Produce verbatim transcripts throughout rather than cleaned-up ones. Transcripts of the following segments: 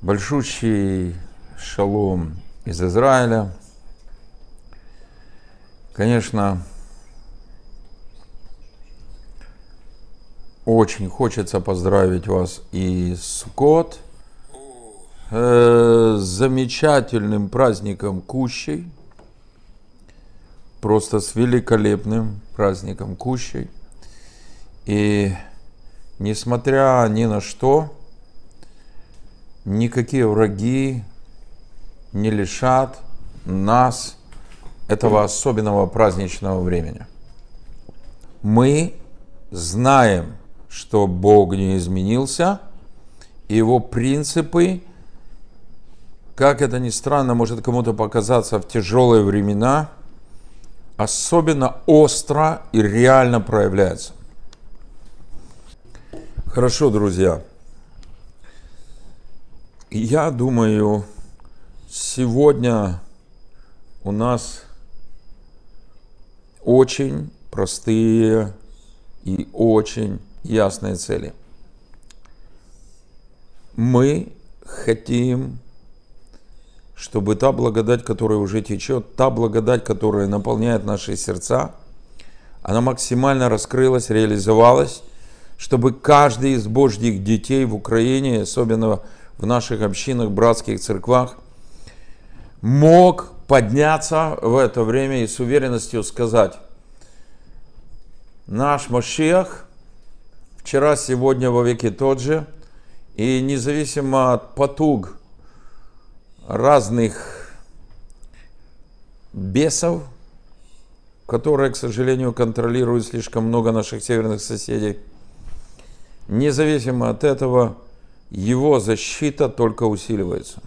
Большущий шалом из Израиля. Конечно, очень хочется поздравить вас и с Суккот, э, с замечательным праздником Кущей, просто с великолепным праздником Кущей. И несмотря ни на что, никакие враги не лишат нас этого особенного праздничного времени. Мы знаем, что Бог не изменился, и Его принципы, как это ни странно, может кому-то показаться в тяжелые времена, особенно остро и реально проявляются. Хорошо, друзья. Я думаю, сегодня у нас очень простые и очень ясные цели. Мы хотим, чтобы та благодать, которая уже течет, та благодать, которая наполняет наши сердца, она максимально раскрылась, реализовалась, чтобы каждый из Божьих детей в Украине, особенно в наших общинах, братских церквах, мог подняться в это время и с уверенностью сказать: наш Машиах вчера, сегодня, во веки тот же, и независимо от потуг разных бесов, которые, к сожалению, контролируют слишком много наших северных соседей, независимо от этого, Его защита только усиливается.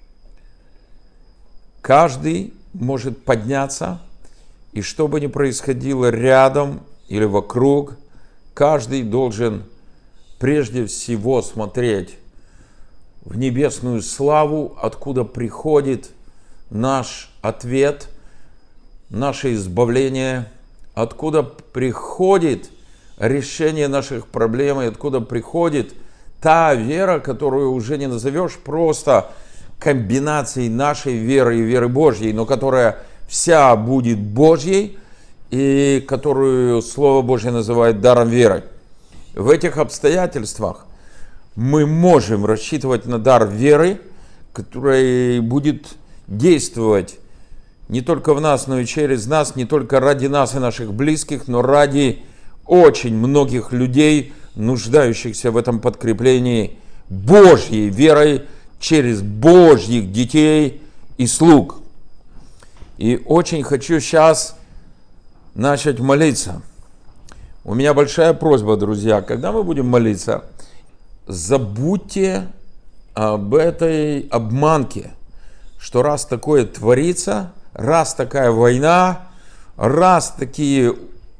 Каждый может подняться, и что бы ни происходило рядом или вокруг, каждый должен прежде всего смотреть в небесную славу, откуда приходит наш ответ, наше избавление, откуда приходит решение наших проблем, и откуда приходит та вера, которую уже не назовешь просто комбинацией нашей веры и веры Божьей, но которая вся будет Божьей, и которую Слово Божье называет даром веры. В этих обстоятельствах мы можем рассчитывать на дар веры, который будет действовать не только в нас, но и через нас, не только ради нас и наших близких, но ради очень многих людей, нуждающихся в этом подкреплении Божьей верой через Божьих детей и слуг. И очень хочу сейчас начать молиться. У меня большая просьба, друзья, когда мы будем молиться, забудьте об этой обманке, что раз такое творится, раз такая война, раз такие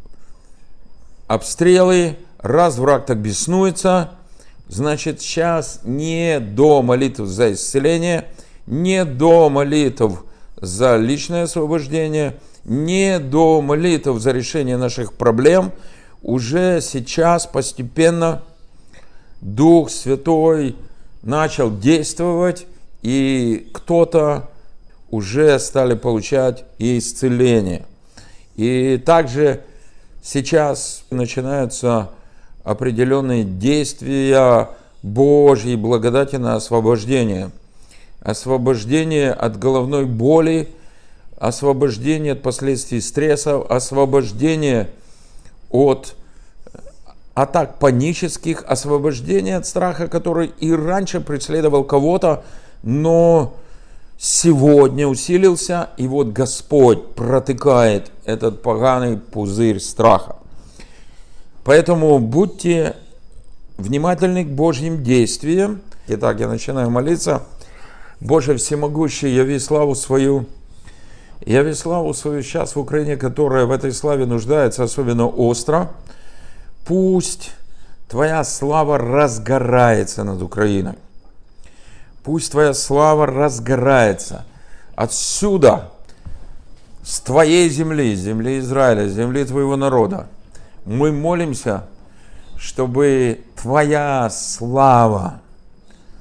обстрелы, раз враг так беснуется, значит, сейчас не до молитв за исцеление, не до молитв за личное освобождение, не до молитв за решение наших проблем. Уже сейчас постепенно Дух Святой начал действовать, и кто-то уже стали получать и исцеление. И также сейчас начинаются определенные действия Божьей благодати на освобождение. Освобождение от головной боли, освобождение от последствий стрессов, освобождение от атак панических, освобождение от страха, который и раньше преследовал кого-то, но сегодня усилился, и вот Господь протыкает этот поганый пузырь страха. Поэтому будьте внимательны к Божьим действиям. Итак, я начинаю молиться. Боже всемогущий, яви славу свою. Яви славу свою сейчас в Украине, которая в этой славе нуждается особенно остро. Пусть Твоя слава разгорается над Украиной. Пусть Твоя слава разгорается отсюда, с Твоей земли, земли Израиля, земли Твоего народа. Мы молимся, чтобы Твоя слава,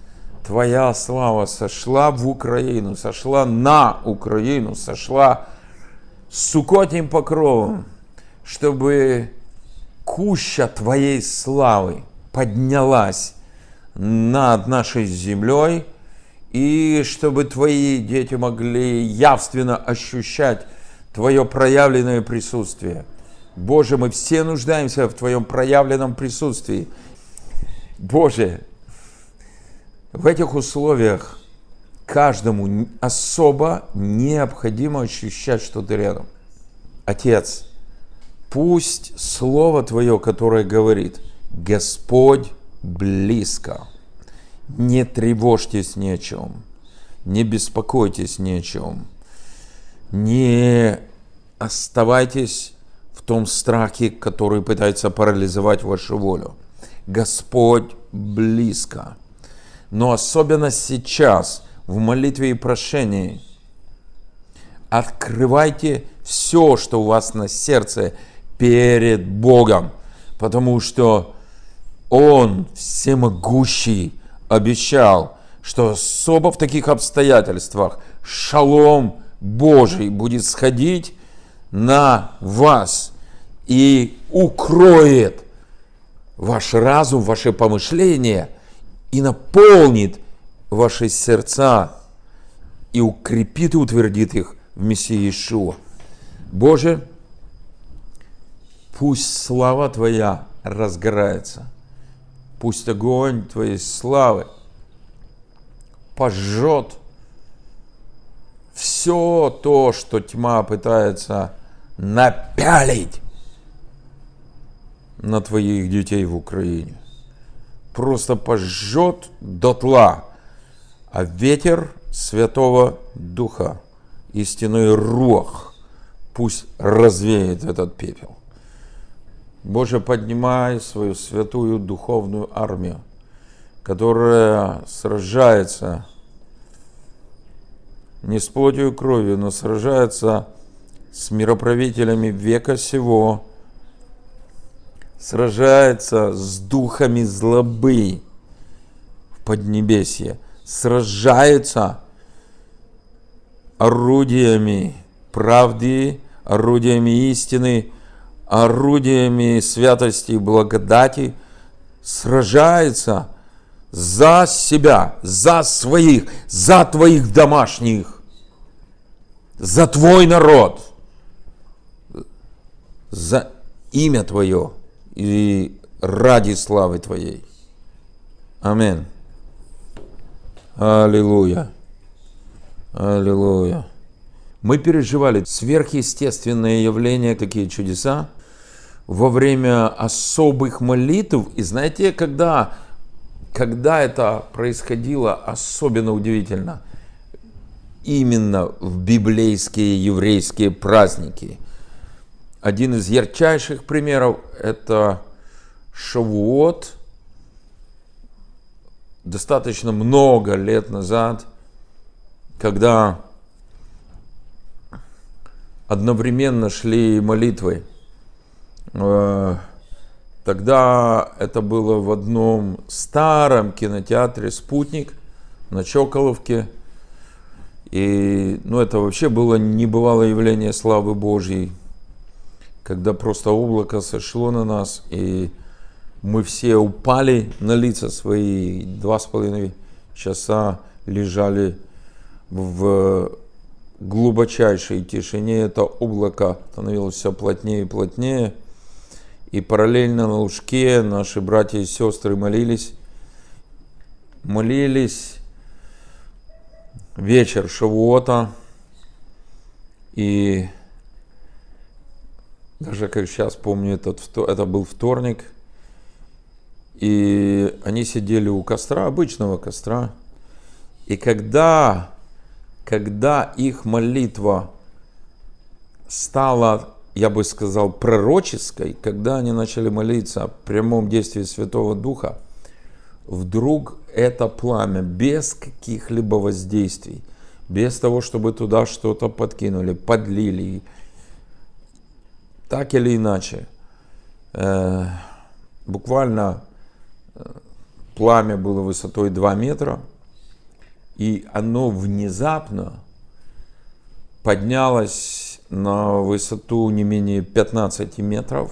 Твоя слава сошла в Украину, сошла на Украину, сошла с суккотным покровом, чтобы куща Твоей славы поднялась над нашей землей, и чтобы Твои дети могли явственно ощущать Твое проявленное присутствие. Боже, мы все нуждаемся в Твоем проявленном присутствии. Боже, в этих условиях каждому особо необходимо ощущать, что Ты рядом. Отец, пусть Слово Твое, которое говорит: Господь близко, не тревожьтесь ни о чем, не беспокойтесь ни о чем, не оставайтесь в том страхе, который пытается парализовать вашу волю. Господь близко. Но особенно сейчас, в молитве и прошении, открывайте все, что у вас на сердце, перед Богом, потому что Он всемогущий обещал, что особо в таких обстоятельствах шалом Божий будет сходить на вас и укроет ваш разум, ваши помышления и наполнит ваши сердца и укрепит и утвердит их в Мессии Иешуа. Боже, пусть слава Твоя разгорается, пусть огонь Твоей славы пожжет все то, что тьма пытается напялить на Твоих детей в Украине. Просто пожжет дотла, а ветер Святого Духа, истинный руах, пусть развеет этот пепел. Боже, поднимай свою святую духовную армию, которая сражается не с плотью и кровью, но сражается с мироправителями века сего, сражается с духами злобы в Поднебесье, сражается орудиями правды, орудиями истины, орудиями святости и благодати, сражается за себя, за своих, за Твоих домашних, за Твой народ, за имя Твое и ради славы Твоей. Аминь. Аллилуйя. Аллилуйя. Мы переживали сверхъестественные явления, такие чудеса, во время особых молитв. И знаете, когда, когда это происходило, особенно удивительно, именно в библейские еврейские праздники. Один из ярчайших примеров – это Шавуот. Достаточно много лет назад, когда одновременно шли молитвы. Тогда это было в одном старом кинотеатре «Спутник» на Чоколовке. И ну, это вообще было небывалое явление славы Божьей, когда просто облако сошло на нас, и мы все упали на лица свои, два с половиной часа лежали в глубочайшей тишине. Это облако становилось все плотнее и плотнее. И параллельно на лужке наши братья и сестры молились. Молились вечер Шавуота. И даже как сейчас помню, этот, это был вторник. И они сидели у костра, обычного костра. И когда, когда их молитва стала, я бы сказал, пророческой, когда они начали молиться о прямом действии Святого Духа, вдруг это пламя без каких-либо воздействий, без того, чтобы туда что-то подкинули, подлили, так или иначе, э, буквально пламя было высотой два метра, И оно внезапно поднялось на высоту не менее пятнадцати метров.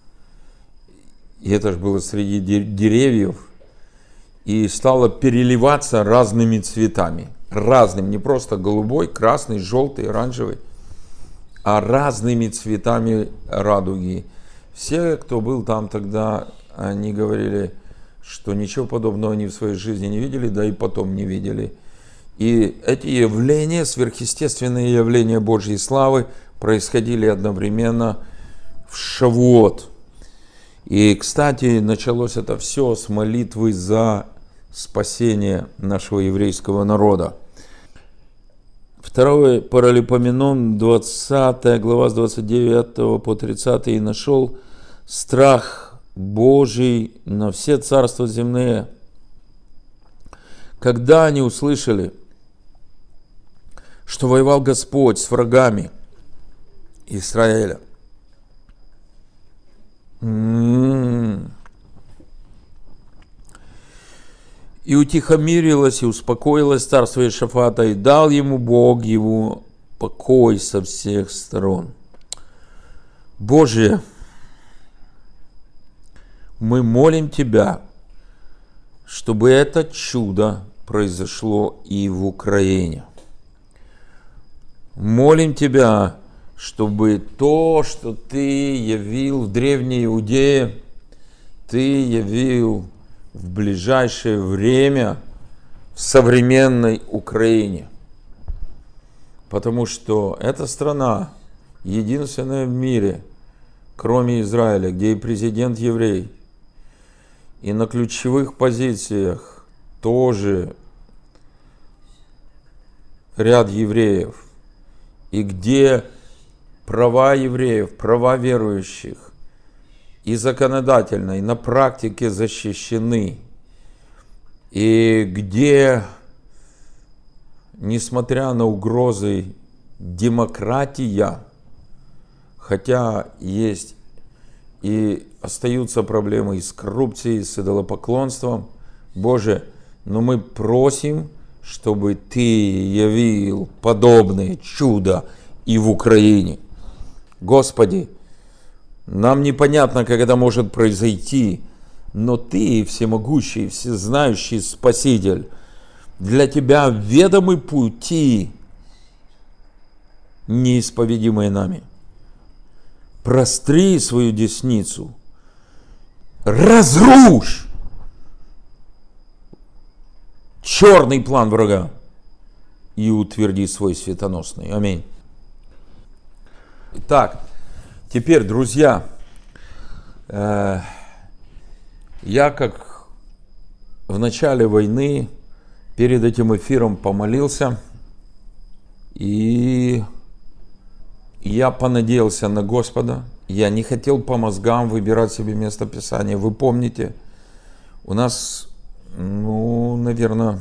И это же было среди деревьев. И стало переливаться разными цветами. Разным, не просто голубой, красный, желтый, оранжевый, а разными цветами радуги. Все, кто был там тогда, они говорили, что ничего подобного они в своей жизни не видели, да и потом не видели. И эти явления, сверхъестественные явления Божьей славы, происходили одновременно в Шавуот. И, кстати, началось это все с молитвы за спасение нашего еврейского народа. Второй Паралипоменон, двадцатая глава, с двадцать девятого по тридцатый, «И нашел страх Божий на все царства земные, когда они услышали, что воевал Господь с врагами Израиля». М-м-м. «И утихомирилось, и успокоилось царство Иошафата, и дал ему Бог его покой со всех сторон». Боже, мы молим Тебя, чтобы это чудо произошло и в Украине. Молим Тебя, чтобы то, что Ты явил в Древней Иудее, Ты явил в ближайшее время в современной Украине. Потому что эта страна единственная в мире, кроме Израиля, где и президент еврей, и на ключевых позициях тоже ряд евреев, и где права евреев, права верующих и законодательно, и на практике защищены, и где, несмотря на угрозы, демократия, хотя есть и остаются проблемы и с коррупцией, и с идолопоклонством, Боже, но мы просим, чтобы Ты явил подобное чудо и в Украине. Господи, нам непонятно, как это может произойти, но Ты, всемогущий, всезнающий Спаситель, для Тебя ведомы пути, неисповедимые нами. Простри свою десницу, разрушь черный план врага и утверди свой светоносный. Аминь. Итак, теперь, друзья, э, я как в начале войны перед этим эфиром помолился, и я понадеялся на Господа. Я не хотел по мозгам выбирать себе место Писания. Вы помните, у нас, ну, наверное,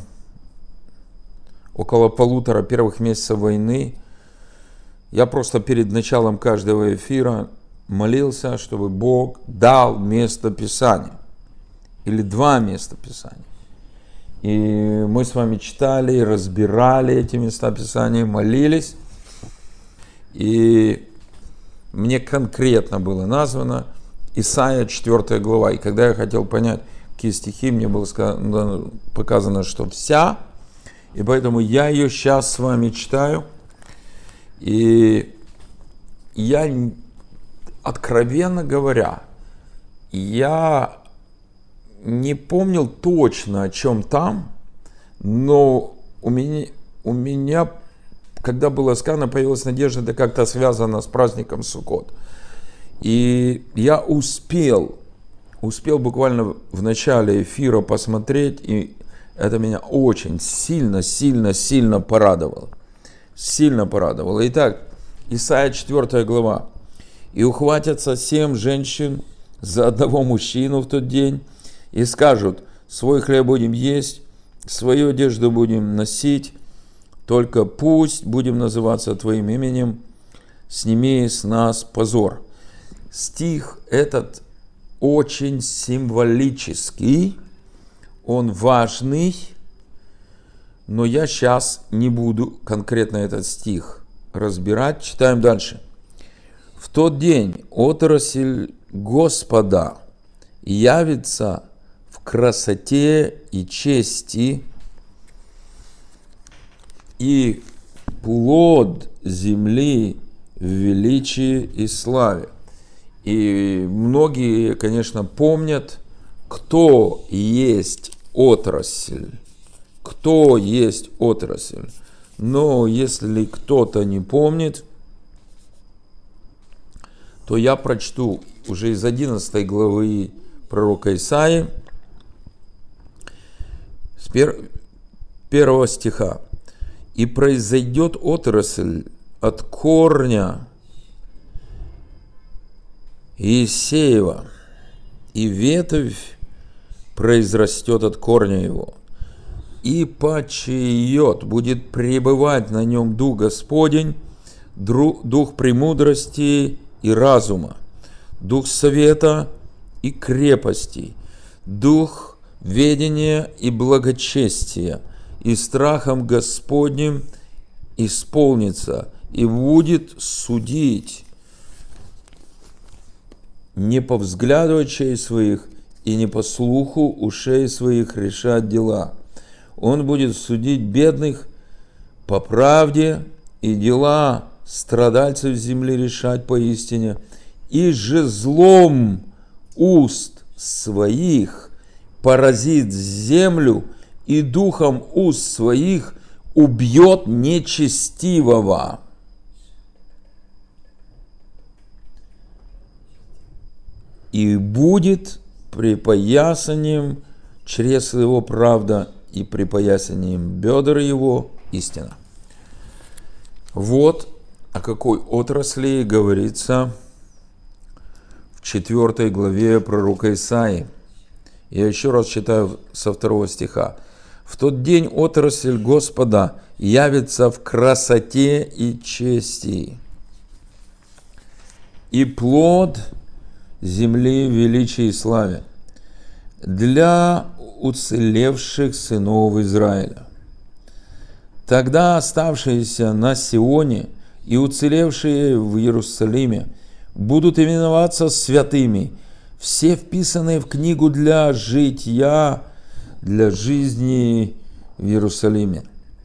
около полутора первых месяцев войны я просто перед началом каждого эфира молился, чтобы Бог дал место Писания. Или два места Писания. И мы с вами читали, разбирали эти места Писания, молились. И мне конкретно было названо Исайя четвёртая глава. И когда я хотел понять, какие стихи, мне было сказано, показано, что вся. И поэтому я ее сейчас с вами читаю. И я, откровенно говоря, я не помнил точно, о чем там, но у меня, у меня когда было сказано, появилась надежда, это как-то связано с праздником Суккот. И я успел, успел буквально в начале эфира посмотреть, и это меня очень сильно, сильно, сильно порадовало. Сильно порадовало. Итак, Исайя четвёртая глава. «И ухватятся семь женщин за одного мужчину в тот день, и скажут, свой хлеб будем есть, свою одежду будем носить, только пусть будем называться Твоим именем, сними с нас позор». Стих этот очень символический, он важный, Но я сейчас не буду конкретно этот стих разбирать. Читаем дальше. В тот день отрасль Господа явится в красоте и чести, и плод земли в величии и славе. И многие, конечно, помнят, кто есть отрасль. Кто есть отрасль. Но если кто-то не помнит, то я прочту уже из одиннадцатой главы пророка Исаии, с первого стиха. «И произойдет отрасль от корня Иисеева, и ветвь произрастет от корня его, и почиет, будет пребывать на нем Дух Господень, Дух премудрости и разума, Дух совета и крепости, Дух ведения и благочестия, и страхом Господним исполнится, и будет судить не по взгляду очей своих и не по слуху ушей своих решать дела. Он будет судить бедных по правде и дела страдальцев земли решать поистине, и жезлом уст своих поразит землю, и духом уст своих убьет нечестивого. И будет припоясанием чресл его правда, и припоясанием бедер его истина». Вот о какой отрасли говорится в четвертой главе пророка Исаии. Я еще раз читаю со второго стиха. «В тот день отрасль Господа явится в красоте и чести, и плод земли в величии и славе для уцелевших сынов Израиля. Тогда оставшиеся на Сионе и уцелевшие в Иерусалиме будут именоваться святыми, все вписанные в книгу для жития, для жизни в Иерусалиме.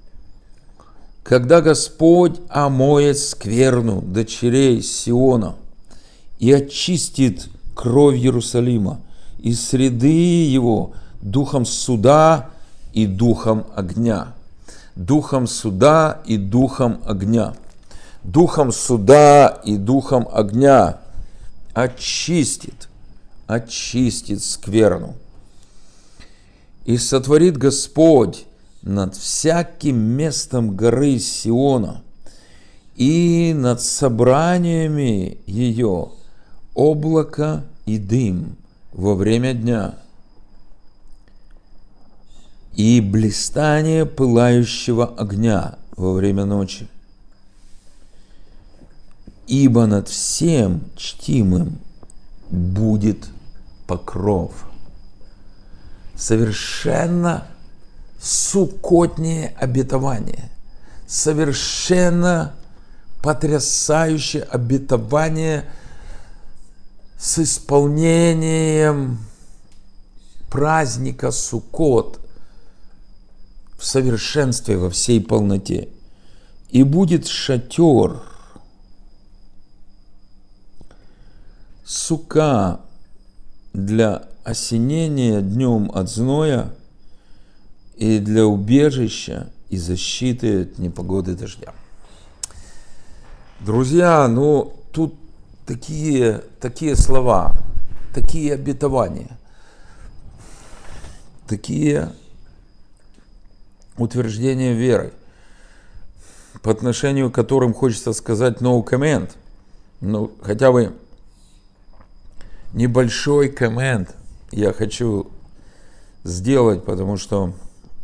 Когда Господь омоет скверну дочерей Сиона и очистит кровь Иерусалима из среды его духом суда и духом огня». Духом суда и духом огня. Духом суда и духом огня очистит, очистит скверну. «И сотворит Господь над всяким местом горы Сиона и над собраниями ее облако и дым во время дня, и блистание пылающего огня во время ночи. Ибо над всем чтимым будет покров». Совершенно суккотнее обетование, совершенно потрясающее обетование с исполнением праздника Суккот в совершенстве, во всей полноте. «И будет шатер, сука для осенения днем от зноя и для убежища и защиты от непогоды дождя». Друзья, ну тут такие, такие слова, такие обетования, такие утверждения веры, по отношению к которым хочется сказать no comment, ну хотя бы небольшой коммент я хочу сделать, потому что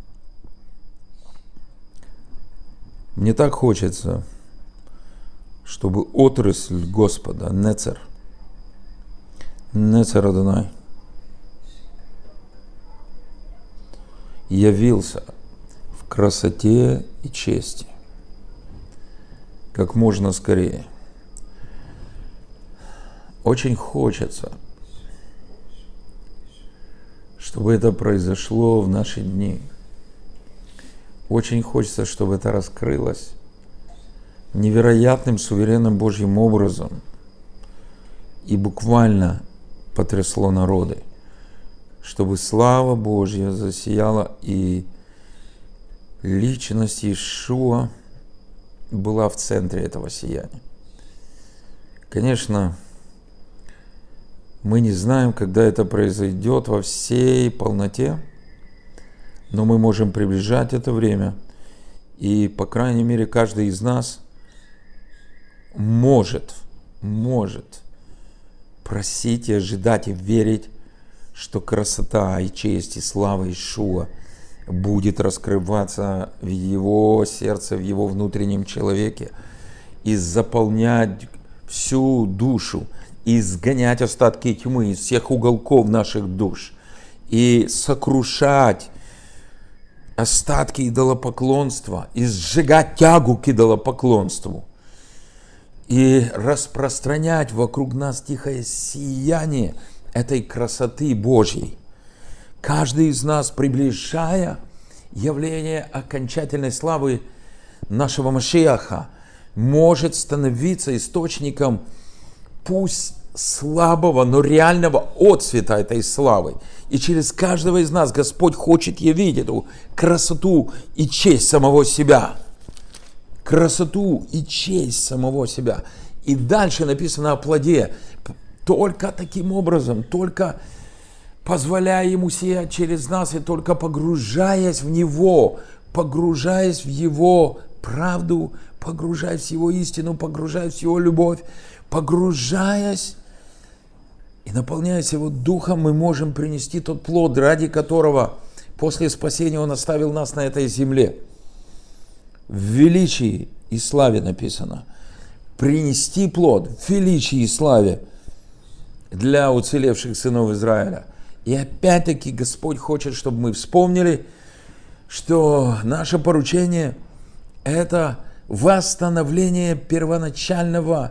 мне так хочется, чтобы отрасль Господа, Нецер, Нецер Адонай, явился в красоте и чести. Как можно скорее. Очень хочется, чтобы это произошло в наши дни. Очень хочется, чтобы это раскрылось невероятным, суверенным Божьим образом и буквально потрясло народы, чтобы слава Божья засияла и личность Иешуа была в центре этого сияния. Конечно, мы не знаем, когда это произойдет во всей полноте, но мы можем приближать это время, и, по крайней мере, каждый из нас может, может просить и ожидать и верить, что красота и честь и слава Иешуа будет раскрываться в его сердце, в его внутреннем человеке и заполнять всю душу, и изгонять остатки тьмы из всех уголков наших душ, и сокрушать остатки идолопоклонства, и сжигать тягу к идолопоклонству, и распространять вокруг нас тихое сияние этой красоты Божьей. Каждый из нас, приближая явление окончательной славы нашего Машиаха, может становиться источником пусть слабого, но реального отцвета этой славы. И через каждого из нас Господь хочет явить эту красоту и честь самого себя. Красоту и честь самого себя. И дальше написано о плоде. Только таким образом, только позволяя Ему сиять через нас, и только погружаясь в Него, погружаясь в Его правду, погружаясь в Его истину, погружаясь в Его любовь, погружаясь и наполняясь Его Духом, мы можем принести тот плод, ради которого после спасения Он оставил нас на этой земле. В величии и славе написано. Принести плод в величии и славе для уцелевших сынов Израиля. И опять-таки Господь хочет, чтобы мы вспомнили, что наше поручение – это восстановление первоначального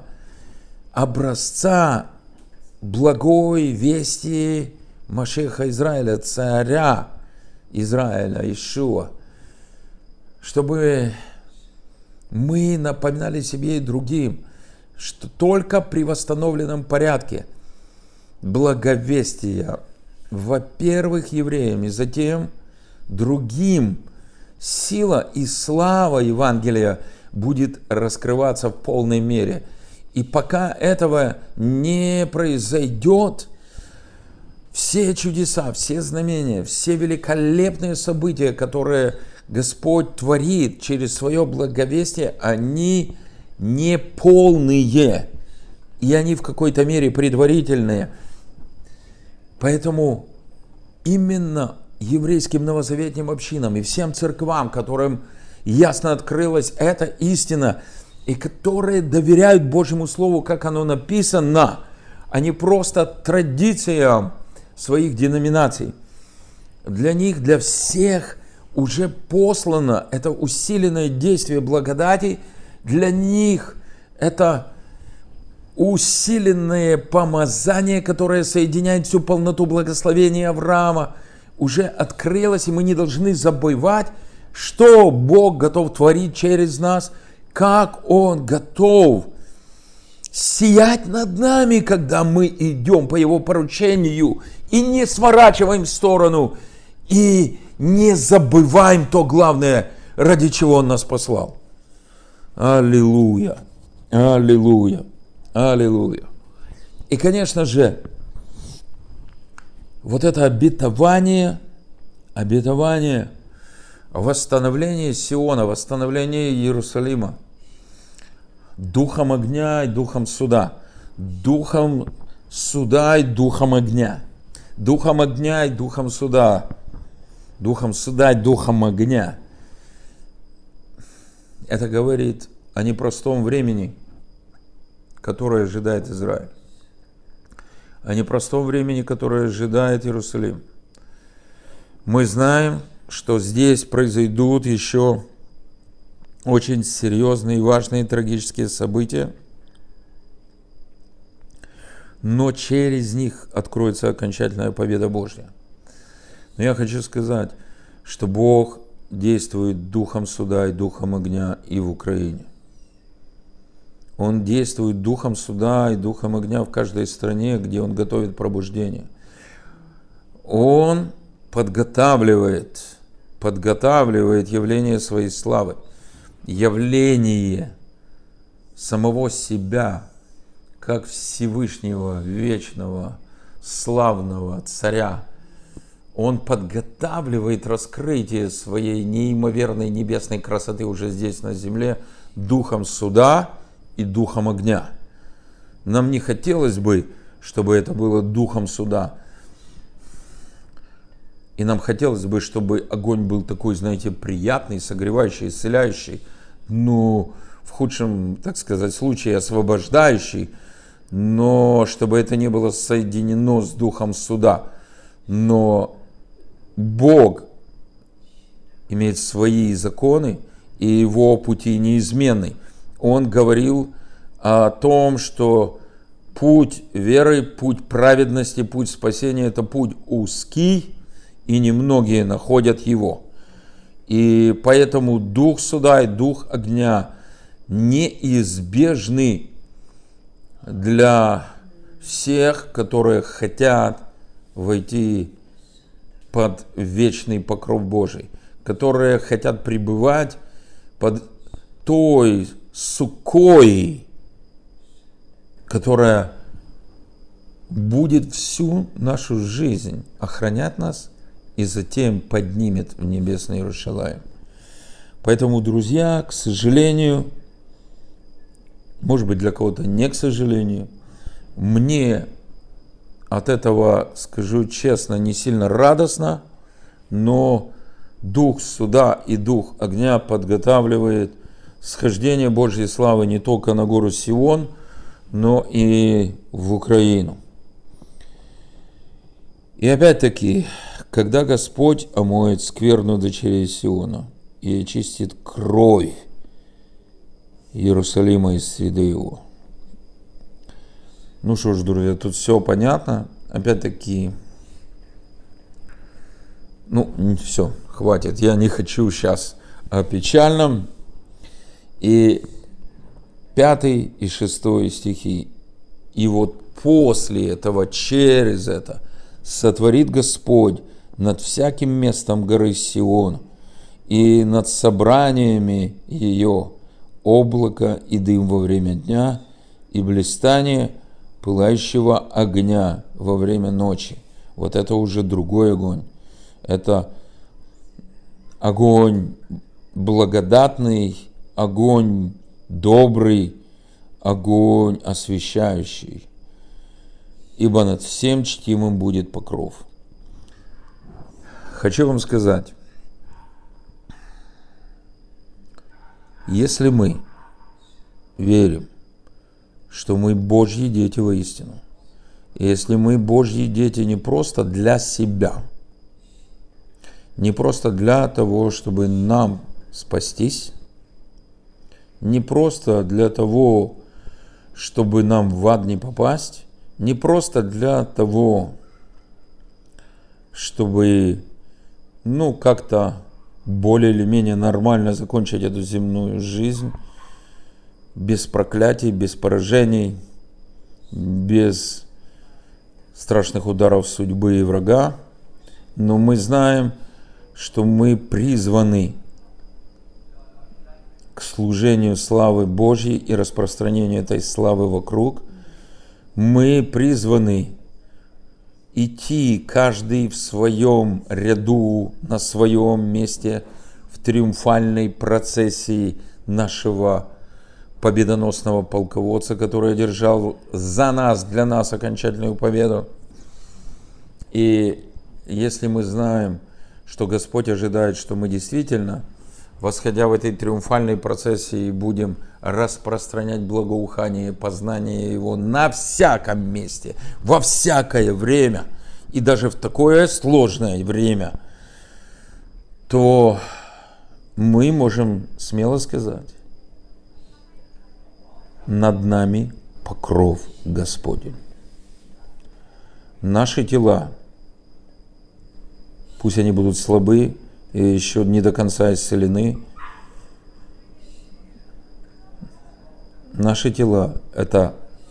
образца благой вести Машеха Израиля, царя Израиля, Иешуа, чтобы мы напоминали себе и другим, что только при восстановленном порядке благовестия, во-первых, евреям, и затем другим, сила и слава Евангелия будет раскрываться в полной мере. И пока этого не произойдет, все чудеса, все знамения, все великолепные события, которые Господь творит через свое благовестие, они не полные, и они в какой-то мере предварительные. Поэтому именно еврейским новозаветным общинам и всем церквам, которым ясно открылась эта истина, и которые доверяют Божьему Слову, как оно написано, а не просто традициям своих деноминаций. Для них, для всех уже послано это усиленное действие благодати, для них это усиленное помазание, которое соединяет всю полноту благословения Авраама, уже открылось, и мы не должны забывать, что Бог готов творить через нас, как Он готов сиять над нами, когда мы идем по Его поручению и не сворачиваем в сторону, и не забываем то главное, ради чего Он нас послал. Аллилуйя! Аллилуйя! Аллилуйя! И, конечно же, вот это обетование, обетование восстановления Сиона, восстановления Иерусалима, духом огня и духом суда, духом суда и духом огня, духом огня и духом суда, духом суда и духом огня. Это говорит о непростом времени, которое ожидает Израиль, о непростом времени, которое ожидает Иерусалим. Мы знаем, что здесь произойдут еще очень серьезные, важные, трагические события, но через них откроется окончательная победа Божья. Но я хочу сказать, что Бог действует духом суда и духом огня и в Украине. Он действует духом суда и духом огня в каждой стране, где Он готовит пробуждение. Он подготавливает, подготавливает явление своей славы, явление самого себя, как Всевышнего, вечного, славного Царя. Он подготавливает раскрытие своей неимоверной небесной красоты уже здесь на земле духом суда и духом огня. Нам не хотелось бы, чтобы это было духом суда. И нам хотелось бы, чтобы огонь был такой, знаете, приятный, согревающий, исцеляющий, ну, в худшем, так сказать, случае освобождающий, но чтобы это не было соединено с духом суда. Но Бог имеет свои законы, и Его пути неизменны. Он говорил о том, что путь веры, путь праведности, путь спасения – это путь узкий, и немногие находят его. И поэтому дух суда и дух огня неизбежны для всех, которые хотят войти под вечный покров Божий, которые хотят пребывать под той сукой, которая будет всю нашу жизнь охранять нас и затем поднимет в небесный Иерусалим. Поэтому, друзья, к сожалению, может быть, для кого-то не к сожалению, мне от этого, скажу честно, не сильно радостно, но дух суда и дух огня подготавливает схождение Божьей славы не только на гору Сион, но и в Украину. И опять-таки, когда Господь омоет скверну дочерей Сиона и очистит кровь Иерусалима из среды его. Ну что ж, друзья, тут все понятно. Опять-таки, ну, все, хватит. Я не хочу сейчас о печальном. И пятый и шестой стихи. И вот после этого, через это, сотворит Господь над всяким местом горы Сион и над собраниями ее облако и дым во время дня и блистание пылающего огня во время ночи. Вот это уже другой огонь. Это огонь благодатный, огонь добрый, огонь освящающий. Ибо над всем чтимым будет покров. Хочу вам сказать, если мы верим, что мы Божьи дети воистину, и если мы Божьи дети не просто для себя, не просто для того, чтобы нам спастись, не просто для того, чтобы нам в ад не попасть, не просто для того, чтобы, ну, как-то более или менее нормально закончить эту земную жизнь, без проклятий, без поражений, без страшных ударов судьбы и врага. Но мы знаем, что мы призваны к служению славы Божьей и распространению этой славы вокруг. Мы призваны идти каждый в своем ряду, на своем месте, в триумфальной процессии нашего победоносного полководца, который одержал за нас, для нас окончательную победу. И если мы знаем, что Господь ожидает, что мы действительно, восходя в этой триумфальной процессии, будем распространять благоухание, познание Его на всяком месте, во всякое время, и даже в такое сложное время, то мы можем смело сказать: над нами покров Господень. Наши тела, пусть они будут слабы и еще не до конца исцелены, наши тела – это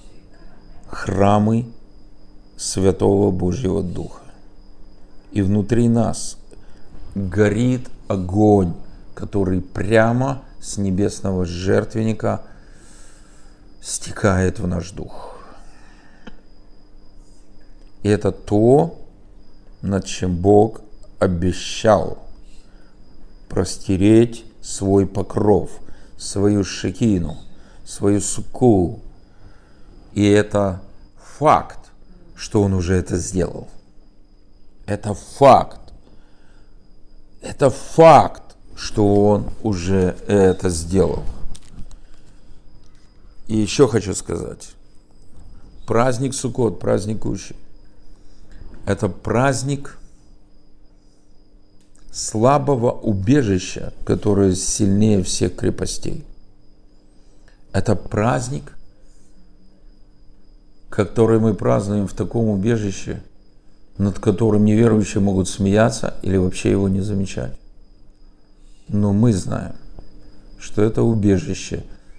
храмы Святого Божьего Духа. И внутри нас горит огонь, который прямо с небесного жертвенника стекает в наш дух. И это то, над чем Бог обещал простереть свой покров, свою шекину, свою суку. И это факт, что Он уже это сделал. Это факт. Это факт, что Он уже это сделал. И еще хочу сказать. Праздник Суккот, праздник Кущи, это праздник слабого убежища, которое сильнее всех крепостей. Это праздник, который мы празднуем в таком убежище, над которым неверующие могут смеяться или вообще его не замечать. Но мы знаем, что это убежище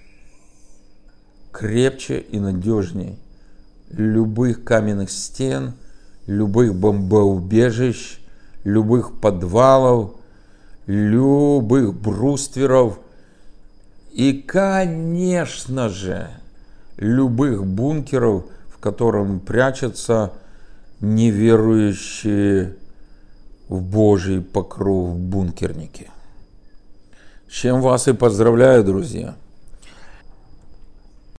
крепче и надежнее любых каменных стен, любых бомбоубежищ, любых подвалов, любых брустверов и, конечно же, любых бункеров, в котором прячутся неверующие в Божий покров бункерники. С чем вас и поздравляю, друзья!